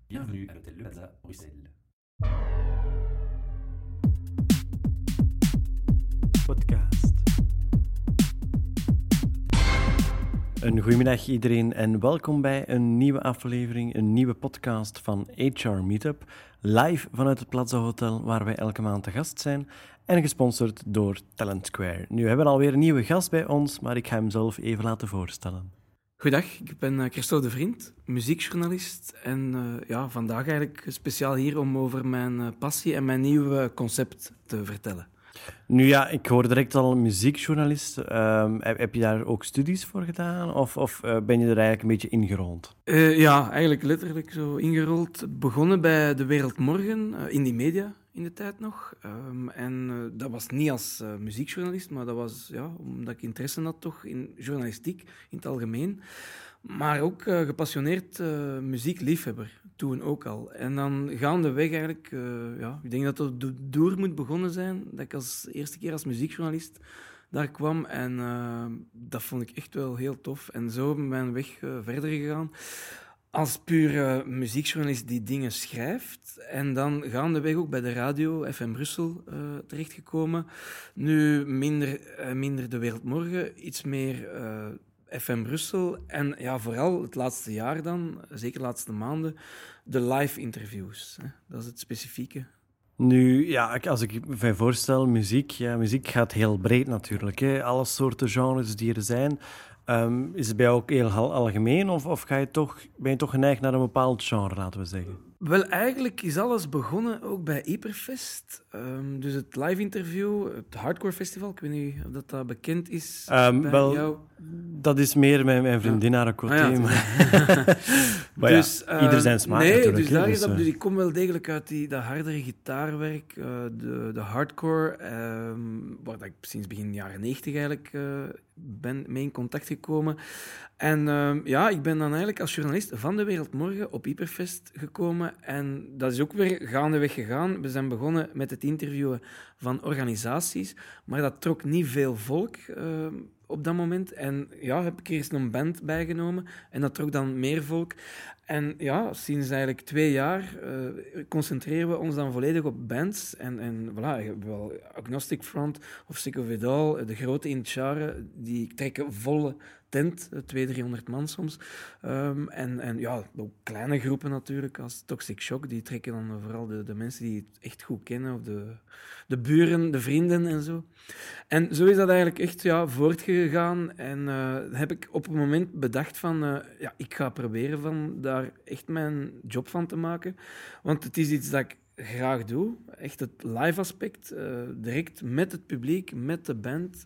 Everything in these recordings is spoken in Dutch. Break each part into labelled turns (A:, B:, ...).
A: Bienvenue à l'hôtel Le Plaza, Bruxelles.
B: Podcast. Een goedemiddag iedereen en welkom bij een nieuwe aflevering, een nieuwe podcast van HR Meetup, live vanuit het Plaza Hotel waar wij elke maand te gast zijn en gesponsord door Talent Square. Nu hebben we alweer een nieuwe gast bij ons, maar ik ga hem zelf even laten voorstellen.
C: Goedendag, ik ben Christophe de Vriend, muziekjournalist en vandaag eigenlijk speciaal hier om over mijn passie en mijn nieuwe concept te vertellen.
B: Nu ja, ik hoor direct al muziekjournalist. Heb je daar ook studies voor gedaan of ben je er eigenlijk een beetje ingerold?
C: Ja, eigenlijk letterlijk zo ingerold. Begonnen bij De Wereld Morgen, in die media in de tijd nog. Dat was niet als muziekjournalist, maar dat was omdat ik interesse had toch in journalistiek in het algemeen. Maar ook gepassioneerd muziekliefhebber, toen ook al. En dan gaandeweg eigenlijk, ik denk dat het door moet begonnen zijn, dat ik als eerste keer als muziekjournalist daar kwam. En dat vond ik echt wel heel tof. En zo ben ik mijn weg verder gegaan. Als puur muziekjournalist die dingen schrijft. En dan gaandeweg ook bij de radio, FM Brussel, terechtgekomen. Nu minder De Wereld Morgen, iets meer FM Brussel. En ja, vooral het laatste jaar dan, zeker de laatste maanden, de live interviews. Hè. Dat is het specifieke.
B: Nu, ja, als ik me voorstel, muziek gaat heel breed natuurlijk. Hè. Alle soorten genres die er zijn. Is het bij jou ook heel algemeen of ben je toch geneigd naar een bepaald genre, laten we zeggen?
C: Wel, eigenlijk is alles begonnen ook bij Hyperfest. Dus het live interview, het Hardcore Festival. Ik weet niet of dat bekend is bij jou.
B: Dat is meer mijn vriendin haar côté. Maar
C: dus,
B: ieder zijn smaak natuurlijk.
C: Dus daar is dat. Dus ik kom wel degelijk uit dat hardere gitaarwerk, de hardcore, waar ik sinds begin jaren 90 eigenlijk ben mee in contact gekomen. En ik ben dan eigenlijk als journalist van De Wereld Morgen op Hyperfest gekomen. En dat is ook weer gaandeweg gegaan. We zijn begonnen met het interviewen van organisaties, maar dat trok niet veel volk op dat moment. En heb ik eerst een band bijgenomen en dat trok dan meer volk. En ja, sinds eigenlijk 2 jaar concentreren we ons dan volledig op bands. En voilà, je hebt wel Agnostic Front of Sick of It All, de grote in het genre, die trekken volle tent, 200-300 man soms. En ook kleine groepen natuurlijk, als Toxic Shock, die trekken dan vooral de mensen die het echt goed kennen, of de buren, de vrienden en zo. En zo is dat eigenlijk echt voortgegaan. En heb ik op een moment bedacht van, ik ga proberen van daar echt mijn job van te maken. Want het is iets dat ik graag doe. Echt het live aspect, direct met het publiek, met de band.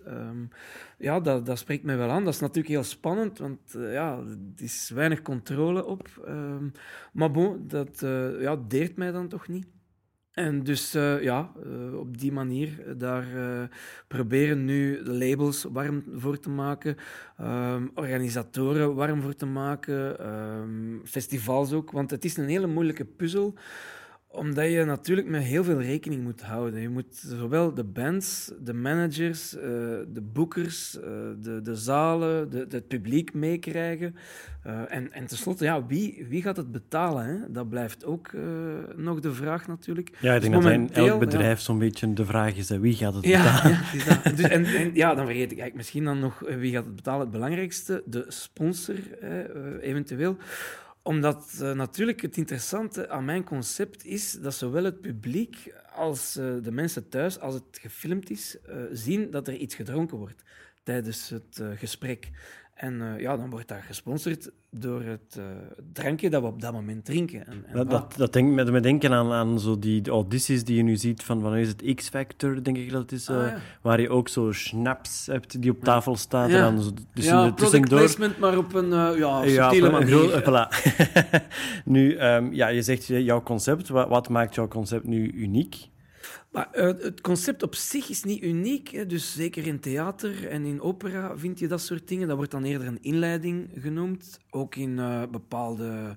C: Dat spreekt mij wel aan. Dat is natuurlijk heel spannend, want het is weinig controle op. Maar bon, dat deert mij dan toch niet. En dus op die manier daar proberen nu de labels warm voor te maken, organisatoren warm voor te maken, festivals ook. Want het is een hele moeilijke puzzel, omdat je natuurlijk met heel veel rekening moet houden. Je moet zowel de bands, de managers, de boekers, de zalen, het publiek meekrijgen. En tenslotte, wie gaat het betalen? Hè? Dat blijft ook nog de vraag natuurlijk.
B: Ja, ik denk dat in elk bedrijf zo'n beetje de vraag is, wie gaat het betalen?
C: Ja, dan vergeet ik eigenlijk misschien dan nog wie gaat het betalen. Het belangrijkste, de sponsor eventueel. Omdat natuurlijk het interessante aan mijn concept is dat zowel het publiek als de mensen thuis, als het gefilmd is, zien dat er iets gedronken wordt tijdens het gesprek. En dan wordt dat gesponsord door het drankje dat we op dat moment drinken.
B: Dat denkt me denken aan zo die audities die je nu ziet van wanneer is het X-Factor, denk ik dat het is, waar je ook zo schnaps hebt die op tafel staat.
C: Ja,
B: en dan
C: product placement, maar op een subtiele manier.
B: Voilà. Nu, je zegt jouw concept. Wat maakt jouw concept nu uniek?
C: Maar het concept op zich is niet uniek. Hè. Dus zeker in theater en in opera vind je dat soort dingen. Dat wordt dan eerder een inleiding genoemd. Ook in bepaalde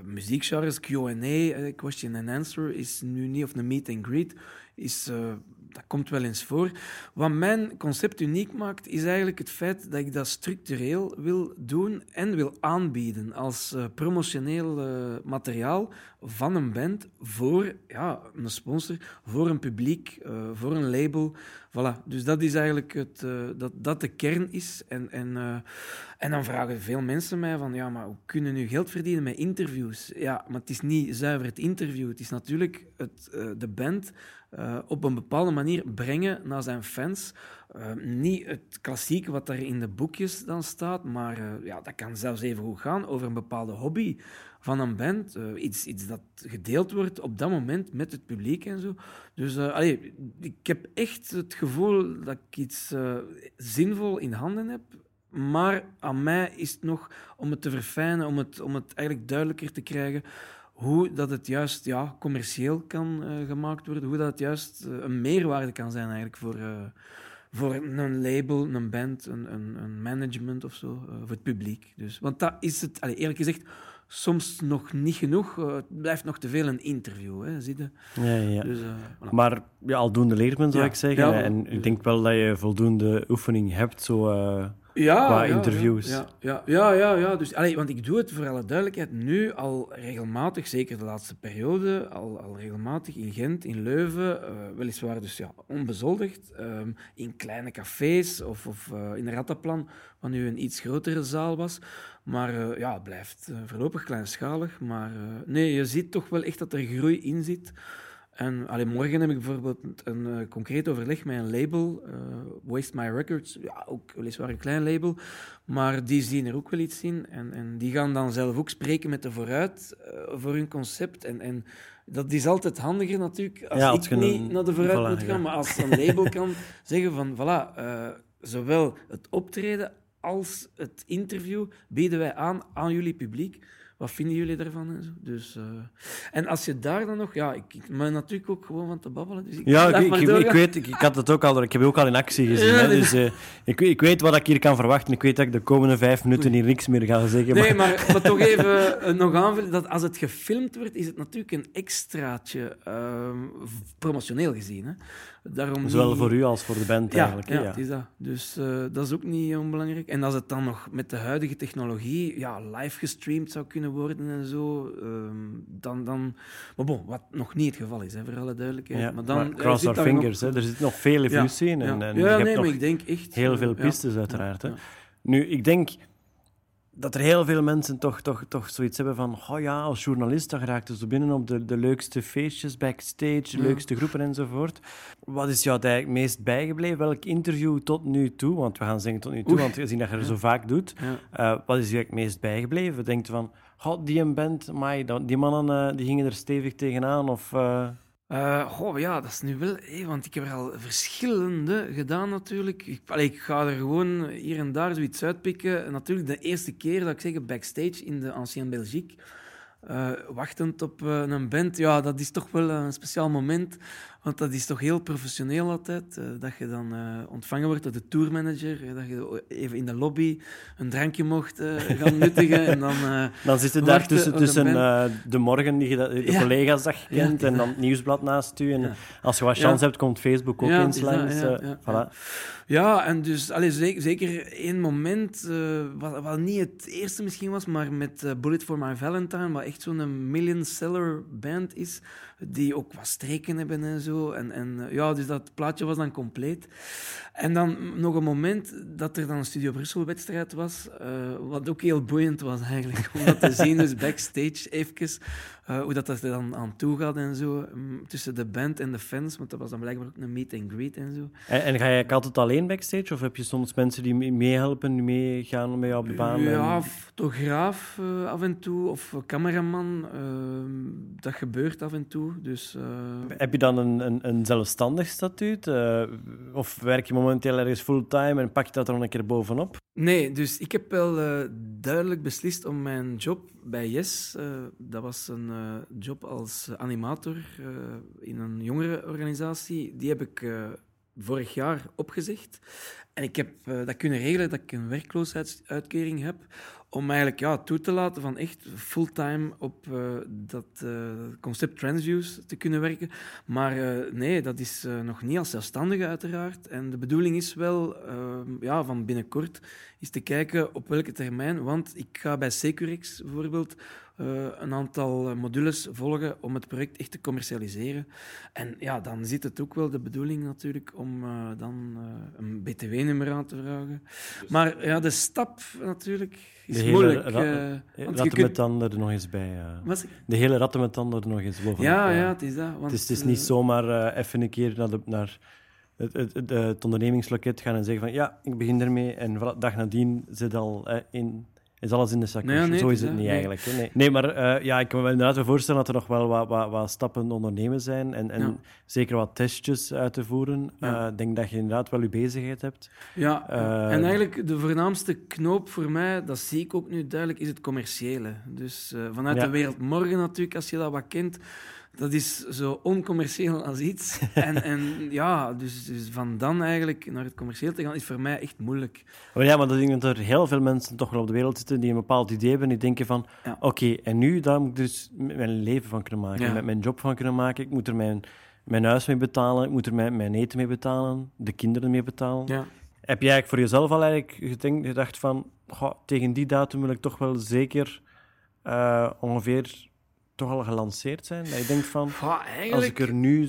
C: muziekgenres, Q&A, question and answer, is nu niet, of een meet and greet, is dat komt wel eens voor. Wat mijn concept uniek maakt, is eigenlijk het feit dat ik dat structureel wil doen en wil aanbieden als promotioneel materiaal van een band voor een sponsor, voor een publiek, voor een label. Voilà. Dus dat is eigenlijk dat de kern is. En dan vragen veel mensen mij van, ja, maar hoe kunnen nu geld verdienen met interviews? Ja, maar het is niet zuiver het interview. Het is natuurlijk de band op een bepaalde manier brengen naar zijn fans. Niet het klassieke wat daar in de boekjes dan staat, maar dat kan zelfs even goed gaan over een bepaalde hobby van een band. Iets dat gedeeld wordt op dat moment met het publiek en zo. Dus ik heb echt het gevoel dat ik iets zinvol in handen heb. Maar aan mij is het nog om het te verfijnen, om het eigenlijk duidelijker te krijgen hoe dat het juist commercieel kan gemaakt worden, hoe dat het juist een meerwaarde kan zijn eigenlijk voor een label, een band, een management of zo, voor het publiek. Dus, want dat is het, eerlijk gezegd, soms nog niet genoeg. Het blijft nog te veel een interview, hè, zie je?
B: Ja.
C: Dus, voilà.
B: Maar aldoende leert men, zou ik zeggen.
C: Ja,
B: en ik denk wel dat je voldoende oefening hebt, qua interviews.
C: Ja. Dus, want ik doe het voor alle duidelijkheid nu al regelmatig, zeker de laatste periode, al regelmatig in Gent, in Leuven, weliswaar dus onbezoldigd, in kleine cafés of in Rattenplan, wat nu een iets grotere zaal was. Maar het blijft voorlopig kleinschalig. Maar nee, je ziet toch wel echt dat er groei in zit. En morgen heb ik bijvoorbeeld een concreet overleg met een label, Waste My Records, ook weliswaar een klein label, maar die zien er ook wel iets in. En die gaan dan zelf ook spreken met de vooruit voor hun concept. En dat is altijd handiger natuurlijk als ik niet naar de vooruit moet gaan, maar als een label kan zeggen van, zowel het optreden als het interview bieden wij aan jullie publiek. Wat vinden jullie daarvan? En zo? Dus, en als je daar dan nog... ik ben natuurlijk ook gewoon van te babbelen. Dus
B: ik weet, ik had het ook al, ik heb je ook al in actie gezien.
C: Ja,
B: dus ik weet wat ik hier kan verwachten. Ik weet dat ik de komende 5 minuten hier niks meer ga zeggen.
C: Nee, maar toch even nog aanvullen, dat als het gefilmd wordt, is het natuurlijk een extraatje, promotioneel gezien. Hè? Daarom
B: Zowel voor u als voor de band eigenlijk.
C: Ja, het is dat. Dus dat is ook niet onbelangrijk. En als het dan nog met de huidige technologie live gestreamd zou kunnen worden en zo, dan... Maar bon, wat nog niet het geval is, hè, voor alle duidelijkheid.
B: Ja,
C: maar dan,
B: cross our fingers, hè. Er zit nog veel evolutie in. En je hebt nog
C: ik denk echt...
B: heel veel pistes, uiteraard. Hè. Nu, ik denk dat er heel veel mensen toch zoiets hebben van, als journalist, dan geraakt je zo binnen op de leukste feestjes, backstage, de leukste groepen enzovoort. Wat is jou eigenlijk meest bijgebleven? Welk interview tot nu toe? Want we gaan zeggen tot nu toe, want gezien dat je er zo vaak doet. Wat is je eigenlijk meest bijgebleven? Denkt je van, die een band, die mannen die gingen er stevig tegenaan? Of...
C: dat is nu wel... want ik heb er al verschillende gedaan natuurlijk. Ik ga er gewoon hier en daar zoiets uitpikken. Natuurlijk de eerste keer dat ik zeg backstage in de Ancien Belgique, wachtend op een band, dat is toch wel een speciaal moment. Want dat is toch heel professioneel altijd. Dat je dan ontvangen wordt door de tourmanager. Dat je even in de lobby een drankje mocht gaan nuttigen. En
B: dan zit je daar tussen de morgen, de collega's dat je kent, en dan het nieuwsblad naast u. En als je wat chance hebt, komt Facebook ook eens langs. Voilà.
C: Ja, en dus zeker één moment, wat niet het eerste misschien was, maar met Bullet for My Valentine, wat echt zo'n million-seller band is, die ook wat streken hebben en zo. Dus dat plaatje was dan compleet. En dan nog een moment dat er dan een Studio Brussel-wedstrijd was, wat ook heel boeiend was eigenlijk, om dat te zien, dus backstage even, hoe dat er dan aan toe gaat en zo, tussen de band en de fans, want dat was dan blijkbaar ook een meet and greet en zo.
B: En ga je altijd alleen backstage, of heb je soms mensen die meehelpen, die meegaan met jou op de baan?
C: Ja, fotograaf af en toe, of cameraman, dat gebeurt af en toe, dus...
B: Heb je dan een zelfstandig statuut? Of werk je momenteel ergens fulltime en pak je dat er nog een keer bovenop?
C: Nee, dus ik heb wel duidelijk beslist om mijn job bij Yes, dat was een job als animator in een jongerenorganisatie, die heb ik vorig jaar opgezegd. En ik heb dat kunnen regelen dat ik een werkloosheidsuitkering heb, om eigenlijk toe te laten van echt fulltime op dat concept Transviews te kunnen werken. Maar nee, dat is nog niet als zelfstandige uiteraard. En de bedoeling is wel van binnenkort is te kijken op welke termijn. Want ik ga bij Securex bijvoorbeeld een aantal modules volgen om het project echt te commercialiseren. En dan zit het ook wel de bedoeling natuurlijk om dan een BTW-nummer aan te vragen. Dus, maar de stap natuurlijk is moeilijk.
B: Ratten met tanden er nog eens bij. De hele ratten met tanden er nog eens bovenop.
C: Ja, het is dat. Want,
B: het is niet zomaar even een keer naar het ondernemingsloket gaan en zeggen van ik begin ermee en dag nadien zit al is alles in de zak.
C: Nee,
B: zo is het niet eigenlijk. Hè. Nee, maar ik kan me inderdaad wel voorstellen dat er nog wel wat stappen ondernemen zijn en zeker wat testjes uit te voeren. Ik denk dat je inderdaad wel je bezigheid hebt.
C: Ja, en eigenlijk de voornaamste knoop voor mij, dat zie ik ook nu duidelijk, is het commerciële. Dus vanuit de wereld morgen natuurlijk, als je dat wat kent, dat is zo oncommercieel als iets. Dus van dan eigenlijk naar het commercieel te gaan, is voor mij echt moeilijk.
B: Maar ik denk dat er heel veel mensen toch wel op de wereld zitten die een bepaald idee hebben. Die denken van, oké, en nu daar moet ik dus mijn leven van kunnen maken. Met mijn job van kunnen maken. Ik moet er mijn huis mee betalen. Ik moet er mijn eten mee betalen. De kinderen mee betalen. Ja. Heb jij eigenlijk voor jezelf al eigenlijk gedacht van, tegen die datum wil ik toch wel zeker ongeveer toch al gelanceerd zijn? Dat je denkt van, als ik er nu...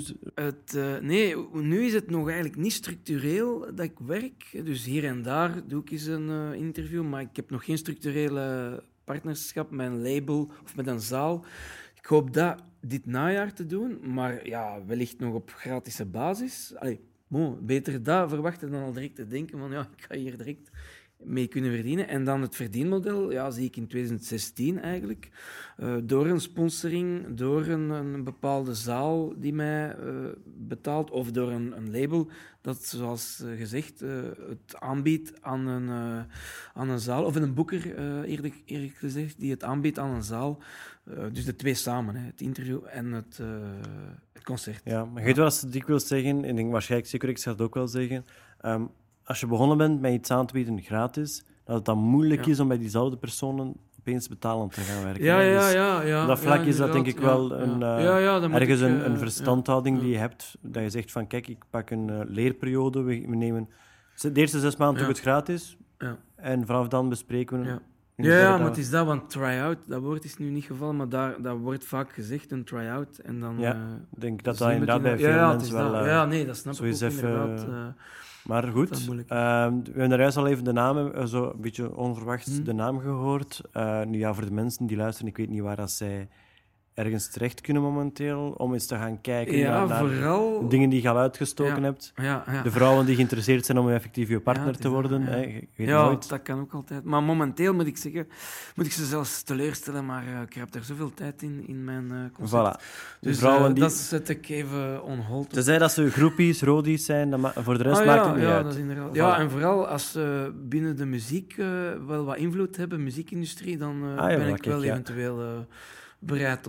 C: nu is het nog eigenlijk niet structureel dat ik werk. Dus hier en daar doe ik eens een interview, maar ik heb nog geen structurele partnerschap met een label of met een zaal. Ik hoop dat dit najaar te doen, maar wellicht nog op gratis basis. Beter dat verwachten dan al direct te denken van, ik ga hier direct mee kunnen verdienen. En dan het verdienmodel zie ik in 2016 eigenlijk. Door een sponsoring, door een bepaalde zaal die mij betaalt, of door een label dat, zoals gezegd, het aanbiedt aan een zaal, of een boeker, eerlijk gezegd, die het aanbiedt aan een zaal. Dus de twee samen, het interview en het concert.
B: Ja, maar je weet wat ik wil zeggen, en ik denk waarschijnlijk zeker, ik zal het ook wel zeggen, als je begonnen bent met iets aan te bieden gratis, dat het dan moeilijk is om bij diezelfde personen opeens betalend te gaan werken.
C: Ja.
B: Op dat vlak is dat denk ik wel ergens een verstandhouding die je hebt, dat je zegt van kijk, ik pak een leerperiode, we nemen de eerste 6 maanden ook het gratis en vanaf dan bespreken we...
C: Ja, maar het is dat, want try-out, dat woord is nu niet gevallen, maar dat wordt vaak gezegd, een try-out. En dan,
B: ik denk dat dat inderdaad bij veel mensen wel...
C: dat snap ik ook inderdaad.
B: Maar goed, we hebben daar juist al even de naam, zo een beetje onverwachts de naam gehoord. Voor de mensen die luisteren, ik weet niet waar dat zij ergens terecht kunnen momenteel, om eens te gaan kijken naar
C: vooral...
B: dingen die je al uitgestoken hebt. De vrouwen die geïnteresseerd zijn om effectief je partner te worden.
C: Dat kan ook altijd. Maar momenteel moet ik ze zelfs teleurstellen, maar ik heb daar zoveel tijd in mijn concept.
B: Voilà.
C: Dus dat zet ik even on hold.
B: Tenzij dat ze groepies, rodies zijn, voor de rest maakt het niet uit.
C: Dat is inderdaad. En vooral als ze binnen de muziek wel wat invloed hebben, muziekindustrie, dan ben ik wel eventueel... bereid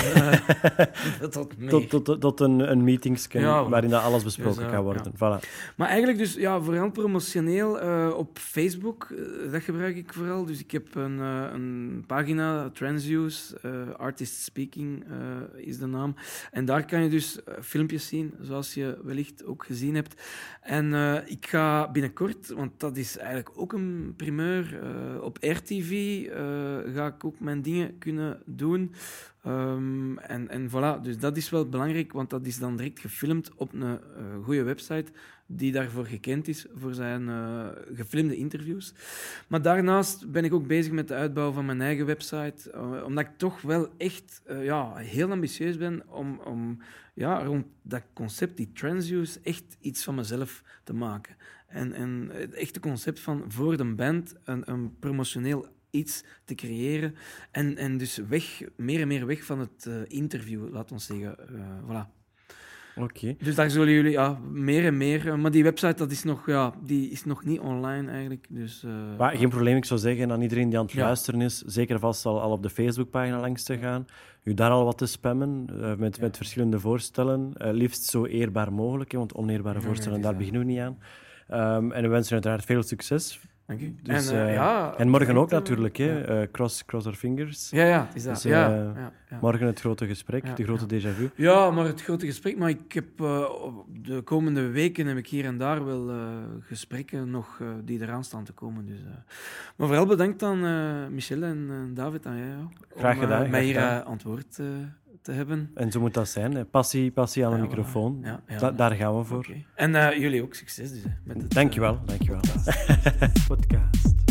B: tot een meetingscan waarin dat alles besproken kan worden. Voilà.
C: Maar eigenlijk dus, vooral promotioneel op Facebook, dat gebruik ik vooral. Dus ik heb een pagina, Transviews, Artist Speaking is de naam. En daar kan je dus filmpjes zien, zoals je wellicht ook gezien hebt. En ik ga binnenkort, want dat is eigenlijk ook een primeur, op RTV ga ik ook mijn dingen kunnen doen. En voilà, dus dat is wel belangrijk, want dat is dan direct gefilmd op een goede website die daarvoor gekend is, voor zijn gefilmde interviews. Maar daarnaast ben ik ook bezig met de uitbouw van mijn eigen website, omdat ik toch wel echt heel ambitieus ben om rond dat concept, die Transviews, echt iets van mezelf te maken. En het echte concept van voor de band een promotioneel iets te creëren en dus meer en meer weg van het interview, laat ons zeggen. Voilà.
B: Okay.
C: Dus daar zullen jullie meer en meer... maar die website die is nog niet online eigenlijk. Dus,
B: maar geen probleem, ik zou zeggen aan iedereen die aan het luisteren is, zeker vast al op de Facebookpagina langs te gaan, u daar al wat te spammen met verschillende voorstellen. Liefst zo eerbaar mogelijk, want oneerbare voorstellen, daar beginnen we niet aan. En we wensen uiteraard veel succes.
C: Dank u.
B: Dus,
C: ja,
B: en morgen ook
C: direct,
B: natuurlijk, hè.
C: ja.
B: Cross our fingers.
C: Ja, het is dat.
B: Dus,
C: Ja.
B: Morgen het grote gesprek,
C: Ja,
B: de grote déjà vu.
C: Ja, maar het grote gesprek. Maar ik heb de komende weken heb ik hier en daar wel gesprekken nog die eraan staan te komen. Dus, maar vooral bedankt aan Michel en David, aan jou.
B: Graag gedaan.
C: Om mij hier
B: gedaan.
C: aan het woord te hebben.
B: En zo moet dat zijn. Hè. Passie aan de
C: Ja,
B: microfoon.
C: ja.
B: Daar gaan we voor.
C: Okay. En jullie ook succes dus, hè, met het...
B: Dankjewel.
C: podcast.
B: Podcast.